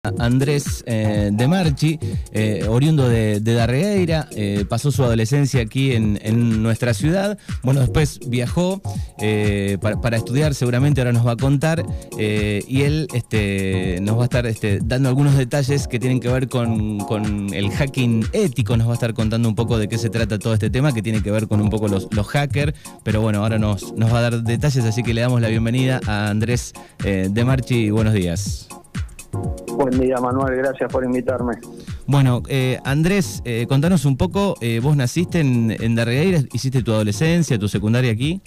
Andrés De Marchi, oriundo de Darregueira, pasó su adolescencia aquí en nuestra ciudad. Bueno, después viajó para estudiar, seguramente ahora nos va a contar, y él nos va a estar dando algunos detalles que tienen que ver con el hacking ético. Nos va a estar contando un poco de qué se trata todo este tema, que tiene que ver con un poco los hackers, pero bueno, ahora nos va a dar detalles, así que le damos la bienvenida a Andrés De Marchi. Buenos días. Buen día, Manuel, gracias por invitarme. Bueno, Andrés, contanos un poco, vos naciste en Darregueira, hiciste tu adolescencia, tu secundaria aquí.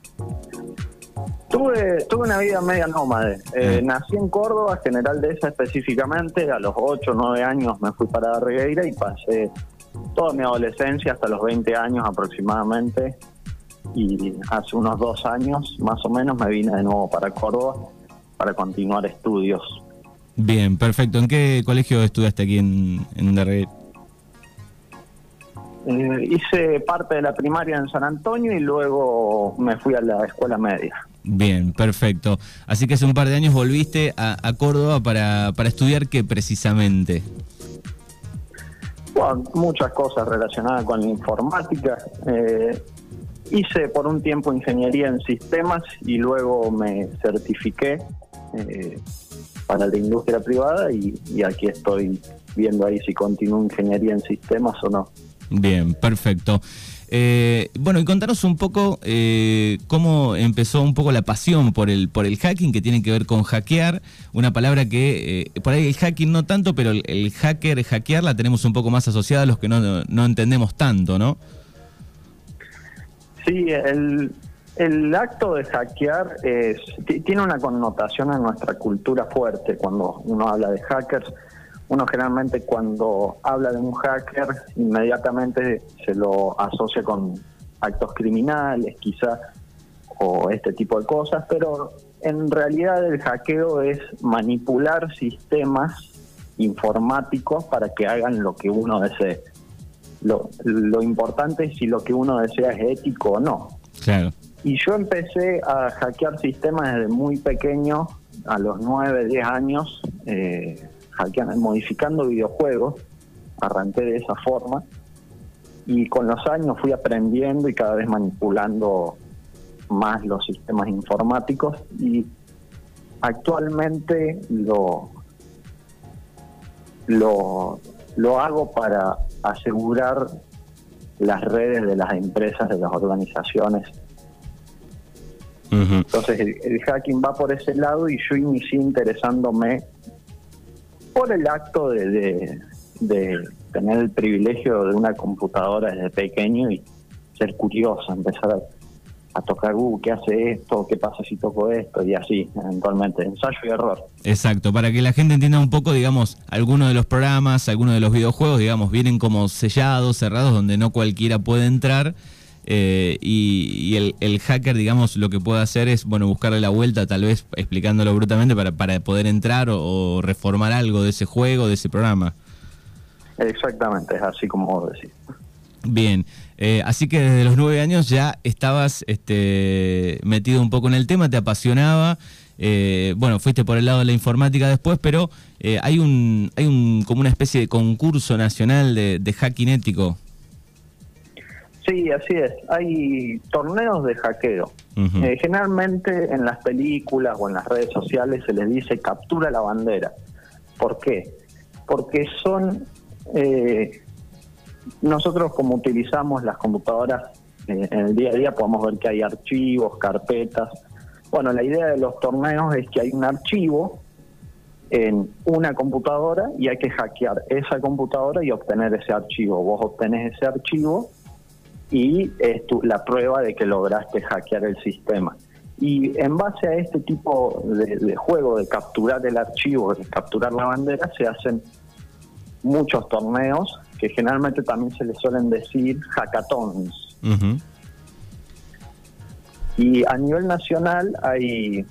Tuve una vida media nómade. Nací en Córdoba, General Dehesa específicamente. A los 8 o 9 años me fui para Darregueira y pasé toda mi adolescencia hasta los 20 años aproximadamente. Y hace unos 2 años, más o menos, me vine de nuevo para Córdoba para continuar estudios. Bien, perfecto. ¿En qué colegio estudiaste aquí en Darregueira? Hice parte de la primaria en San Antonio y luego me fui a la escuela media. Bien, perfecto. Así que hace un par de años volviste a Córdoba para estudiar ¿qué precisamente? Bueno, muchas cosas relacionadas con la informática. Hice por un tiempo ingeniería en sistemas y luego me certifiqué para la industria privada y aquí estoy viendo ahí si continúo ingeniería en sistemas o no. Bien, perfecto. Bueno, y contanos un poco cómo empezó un poco la pasión por el hacking, que tiene que ver con hackear, una palabra que por ahí el hacking no tanto, pero el hackear la tenemos un poco más asociada a los que no entendemos tanto, ¿no? Sí, el acto de hackear tiene una connotación en nuestra cultura fuerte. Cuando uno habla de hackers, uno generalmente cuando habla de un hacker inmediatamente se lo asocia con actos criminales quizás o este tipo de cosas, pero en realidad el hackeo es manipular sistemas informáticos para que hagan lo que uno desee. Lo importante es si lo que uno desea es ético o no. Claro. Y yo empecé a hackear sistemas desde muy pequeño, a los 9, 10 años, modificando videojuegos. Arranqué de esa forma y con los años fui aprendiendo y cada vez manipulando más los sistemas informáticos, y actualmente lo hago para asegurar las redes de las empresas, de las organizaciones. Uh-huh. Entonces el hacking va por ese lado y yo inicié interesándome por el acto de tener el privilegio de una computadora desde pequeño y ser curioso, empezar a tocar, ¿qué hace esto? ¿Qué pasa si toco esto? Y así, eventualmente, ensayo y error. Exacto, para que la gente entienda un poco, digamos, algunos de los programas, algunos de los videojuegos, digamos, vienen como sellados, cerrados, donde no cualquiera puede entrar, y el hacker, digamos, lo que puede hacer es, bueno, buscarle la vuelta, tal vez explicándolo brutalmente, para poder entrar o reformar algo de ese juego, de ese programa. Exactamente, es así como vos decís. Bien, así que desde los 9 años ya estabas metido un poco en el tema, te apasionaba. Bueno, fuiste por el lado de la informática después, pero hay como una especie de concurso nacional de hacking ético. Sí, así es. Hay torneos de hackeo. Uh-huh. Generalmente en las películas o en las redes sociales se les dice captura la bandera. ¿Por qué? Porque son... nosotros, como utilizamos las computadoras en el día a día, podemos ver que hay archivos, carpetas. Bueno, la idea de los torneos es que hay un archivo en una computadora y hay que hackear esa computadora y obtener ese archivo. Vos obtenés ese archivo y es la prueba de que lograste hackear el sistema. Y en base a este tipo de juego de capturar el archivo, de capturar la bandera, se hacen muchos torneos que generalmente también se les suelen decir hackathons. Uh-huh. Y a nivel nacional hay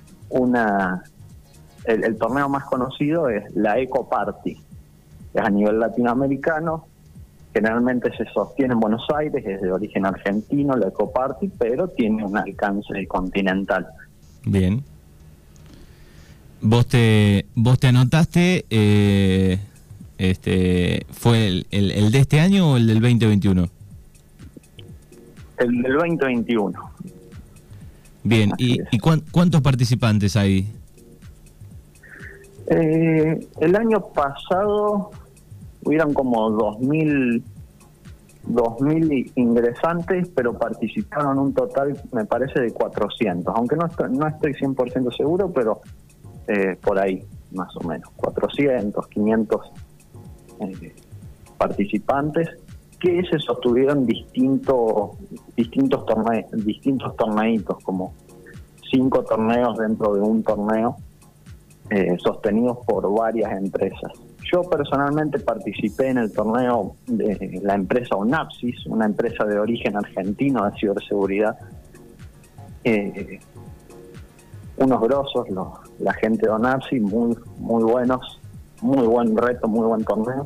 el torneo más conocido es la Eco Party. Es a nivel latinoamericano, generalmente se sostiene en Buenos Aires, es de origen argentino la Eco Party, pero tiene un alcance continental. Bien. ¿Vos te anotaste? ¿Fue el de este año o el del 2021? El del 2021. Bien, ¿y cuántos participantes hay? El año pasado hubieron como 2.000 ingresantes, pero participaron un total, me parece, de 400, aunque no estoy 100% seguro, pero por ahí, más o menos, 400, 500 participantes que se sostuvieron distintos torneitos, como 5 torneos dentro de un torneo, sostenidos por varias empresas. Yo personalmente participé en el torneo de la empresa Onapsis, una empresa de origen argentino de ciberseguridad. Unos grosos, la gente de Onapsis, muy buenos, muy buen reto, muy buen torneo.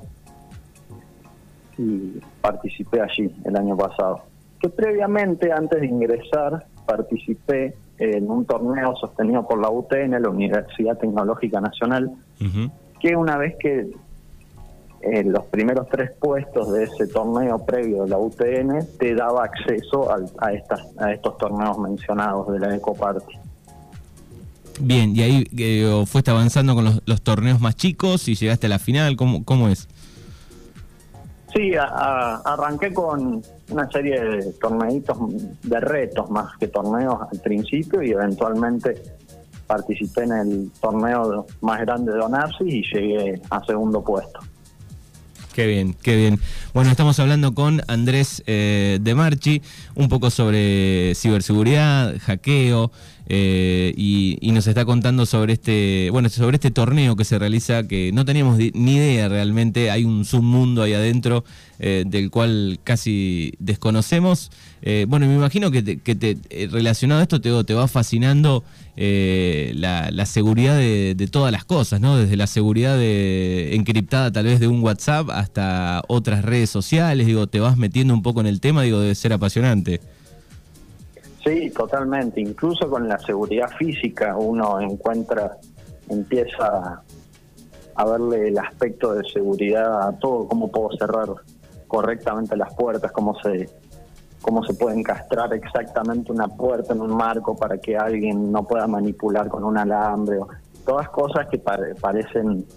Y participé allí el año pasado. Que previamente, antes de ingresar, participé en un torneo sostenido por la UTN, la Universidad Tecnológica Nacional, que una vez que los primeros 3 puestos de ese torneo previo de la UTN te daba acceso a estos torneos mencionados de la Ecoparty. Bien, y ahí fuiste avanzando con los torneos más chicos y llegaste a la final, ¿cómo es? Sí, arranqué con una serie de torneitos, de retos más que torneos al principio, y eventualmente participé en el torneo más grande de Onapsis y llegué a segundo puesto. Qué bien, qué bien. Bueno, estamos hablando con Andrés De Marchi, un poco sobre ciberseguridad, hackeo, y nos está contando sobre este torneo que se realiza, que no teníamos ni idea realmente. Hay un submundo ahí adentro del cual casi desconocemos. Bueno, me imagino que relacionado a esto te va fascinando la seguridad de todas las cosas, ¿no? Desde la seguridad encriptada tal vez de un WhatsApp hasta otras redes sociales. Digo, te vas metiendo un poco en el tema, debe ser apasionante. Sí, totalmente. Incluso con la seguridad física uno empieza a verle el aspecto de seguridad a todo, cómo puedo cerrar correctamente las puertas, cómo se puede encastrar exactamente una puerta en un marco para que alguien no pueda manipular con un alambre, todas cosas que parecen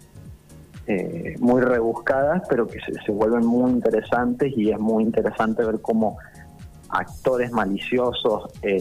muy rebuscadas, pero que se vuelven muy interesantes, y es muy interesante ver cómo actores maliciosos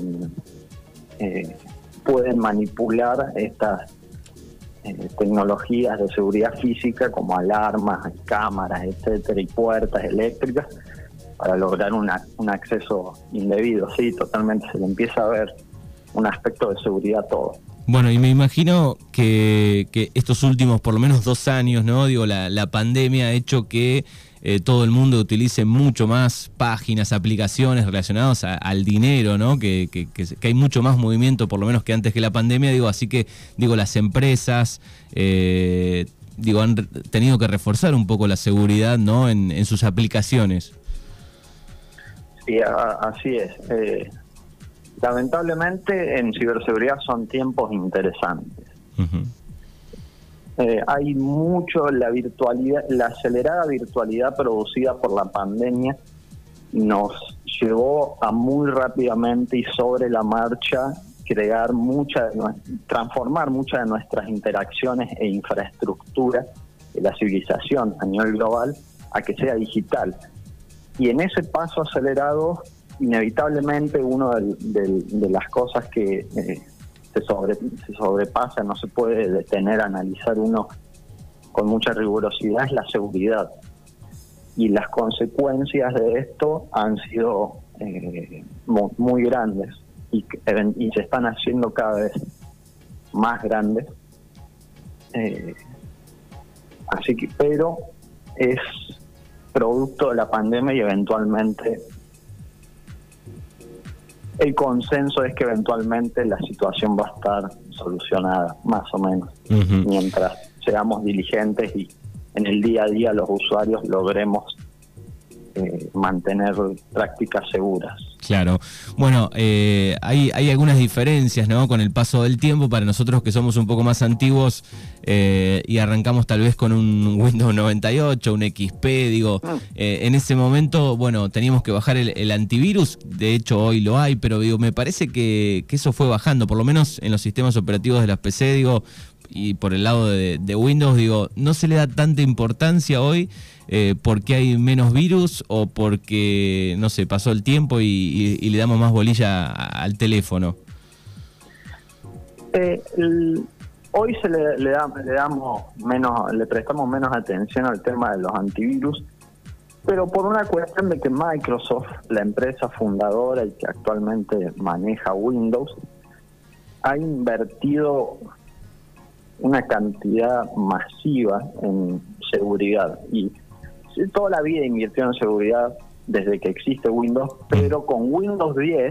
pueden manipular estas tecnologías de seguridad física como alarmas, cámaras, etcétera, y puertas eléctricas para lograr un acceso indebido. Sí, totalmente, se le empieza a ver un aspecto de seguridad a todo. Bueno, y me imagino que estos últimos por lo menos 2 años, ¿no? Digo, la pandemia ha hecho que todo el mundo utilice mucho más páginas, aplicaciones relacionadas al dinero, ¿no? Que hay mucho más movimiento, por lo menos que antes que la pandemia, así que las empresas han tenido que reforzar un poco la seguridad, ¿no? En sus aplicaciones. Sí, así es. Lamentablemente en ciberseguridad son tiempos interesantes. Hay mucho, la acelerada virtualidad producida por la pandemia nos llevó a muy rápidamente y sobre la marcha transformar muchas de nuestras interacciones e infraestructura de la civilización a nivel global a que sea digital. Y en ese paso acelerado, inevitablemente, una de las cosas que se sobrepasa, no se puede detener a analizar uno con mucha rigurosidad, es la seguridad. Y las consecuencias de esto han sido muy grandes y se están haciendo cada vez más grandes. Pero es producto de la pandemia, y eventualmente el consenso es que eventualmente la situación va a estar solucionada, más o menos, mientras seamos diligentes y en el día a día los usuarios logremos mantener prácticas seguras. Claro. Bueno, hay algunas diferencias, ¿no? Con el paso del tiempo, para nosotros que somos un poco más antiguos y arrancamos tal vez con un Windows 98, un XP, digo, en ese momento, bueno, teníamos que bajar el antivirus, de hecho hoy lo hay, pero digo, me parece que eso fue bajando, por lo menos en los sistemas operativos de las PC, digo, y por el lado de Windows, digo, no se le da tanta importancia hoy porque hay menos virus o porque, no sé, pasó el tiempo y le damos más bolilla al teléfono. Hoy le prestamos menos atención al tema de los antivirus, pero por una cuestión de que Microsoft, la empresa fundadora y que actualmente maneja Windows, ha invertido una cantidad masiva en seguridad, y toda la vida invirtió en seguridad desde que existe Windows, pero con Windows 10,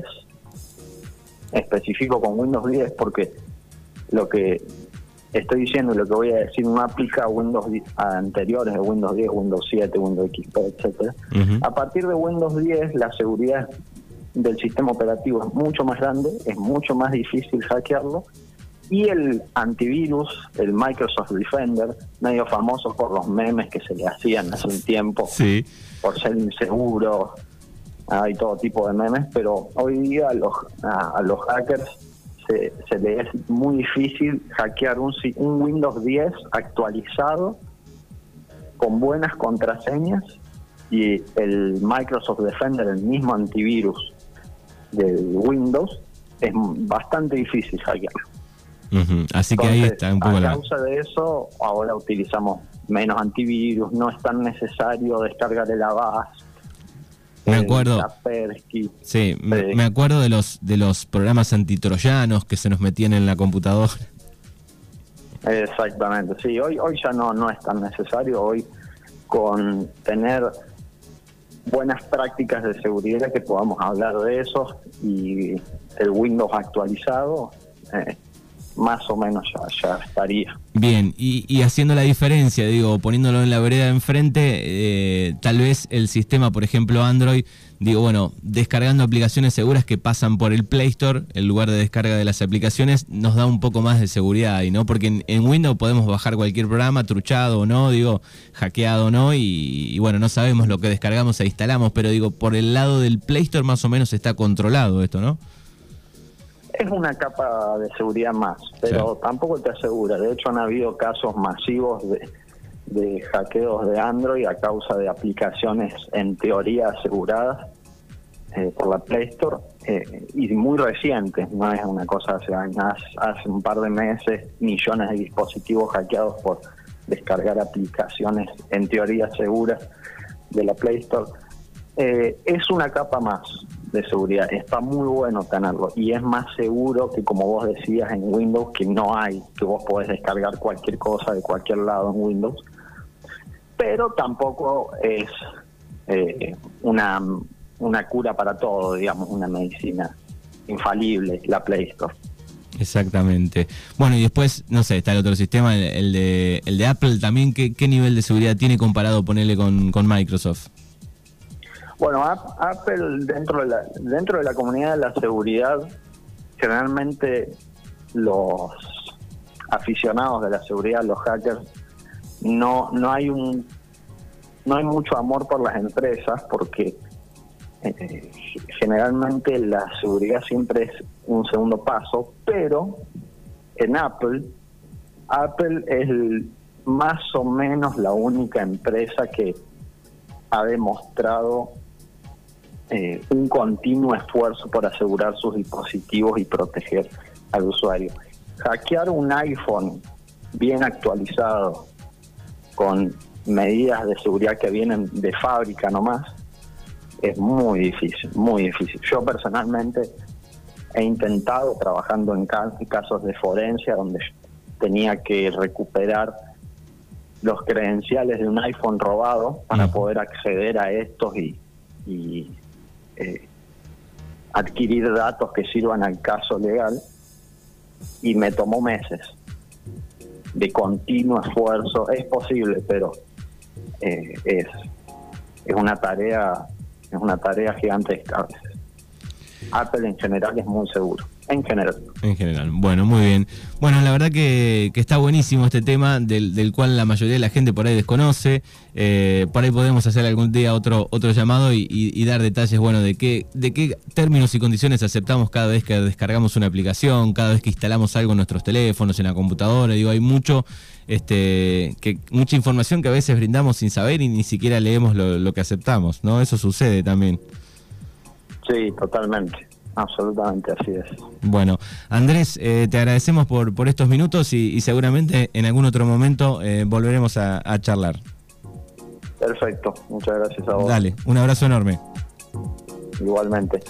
específico con Windows 10, porque lo que estoy diciendo y lo que voy a decir no aplica a Windows anteriores, de Windows 10, Windows 7, Windows XP, etcétera. A partir de Windows 10, la seguridad del sistema operativo es mucho más grande, es mucho más difícil hackearlo, y el antivirus, el Microsoft Defender, medio famoso por los memes que se le hacían hace un tiempo, sí, por ser inseguro, hay todo tipo de memes, pero hoy día a los hackers se les es muy difícil hackear un Windows 10 actualizado con buenas contraseñas, y el Microsoft Defender, el mismo antivirus del Windows, es bastante difícil hackearlo. Así que entonces, ahí está un poco a causa de eso, ahora utilizamos menos antivirus, no es tan necesario descargar el Avast. Me acuerdo. Sí, me acuerdo de los programas antitroyanos que se nos metían en la computadora. Exactamente, sí, hoy ya no es tan necesario. Hoy, con tener buenas prácticas de seguridad, que podamos hablar de eso, y el Windows actualizado, más o menos ya estaría. Bien, y haciendo la diferencia, digo, poniéndolo en la vereda de enfrente, tal vez el sistema, por ejemplo Android, digo, bueno, descargando aplicaciones seguras que pasan por el Play Store, en lugar de descarga de las aplicaciones, nos da un poco más de seguridad ahí, ¿no? Porque en Windows podemos bajar cualquier programa, truchado o no, digo, hackeado o no, y bueno, no sabemos lo que descargamos e instalamos, pero digo, por el lado del Play Store más o menos está controlado esto, ¿no? Es una capa de seguridad más, pero sí, tampoco te asegura. De hecho, han habido casos masivos de hackeos de Android a causa de aplicaciones en teoría aseguradas por la Play Store, y muy recientes, no es una cosa hace años, hace un par de meses, millones de dispositivos hackeados por descargar aplicaciones en teoría seguras de la Play Store. Es una capa más de seguridad, está muy bueno tenerlo, y es más seguro que, como vos decías, en Windows, que no hay, que vos podés descargar cualquier cosa de cualquier lado en Windows, pero tampoco es una cura para todo, digamos, una medicina infalible, la Play Store. Exactamente. Bueno, y después, no sé, está el otro sistema, el de Apple también. ¿Qué nivel de seguridad tiene comparado, ponerle con Microsoft? Bueno, Apple, dentro de la comunidad de la seguridad, generalmente los aficionados de la seguridad, los hackers, no hay mucho amor por las empresas, porque generalmente la seguridad siempre es un segundo paso, pero en Apple es más o menos la única empresa que ha demostrado un continuo esfuerzo por asegurar sus dispositivos y proteger al usuario. Hackear un iPhone bien actualizado, con medidas de seguridad que vienen de fábrica nomás, es muy difícil, muy difícil. Yo personalmente he intentado, trabajando en casos de forencia, donde tenía que recuperar los credenciales de un iPhone robado para poder acceder a estos y adquirir datos que sirvan al caso legal, y me tomó meses de continuo esfuerzo. Es posible, pero es una tarea gigantesca a veces. Apple en general es muy seguro. En general. Bueno, muy bien. Bueno, la verdad que está buenísimo este tema del cual la mayoría de la gente por ahí desconoce. Por ahí podemos hacer algún día otro llamado y dar detalles, bueno, de qué términos y condiciones aceptamos cada vez que descargamos una aplicación, cada vez que instalamos algo en nuestros teléfonos, en la computadora. Digo, hay mucha información que a veces brindamos sin saber y ni siquiera leemos lo que aceptamos, ¿no? Eso sucede también. Sí, totalmente. Absolutamente, así es. Bueno, Andrés, te agradecemos por estos minutos y seguramente en algún otro momento volveremos a charlar. Perfecto, muchas gracias a vos. Dale, un abrazo enorme. Igualmente.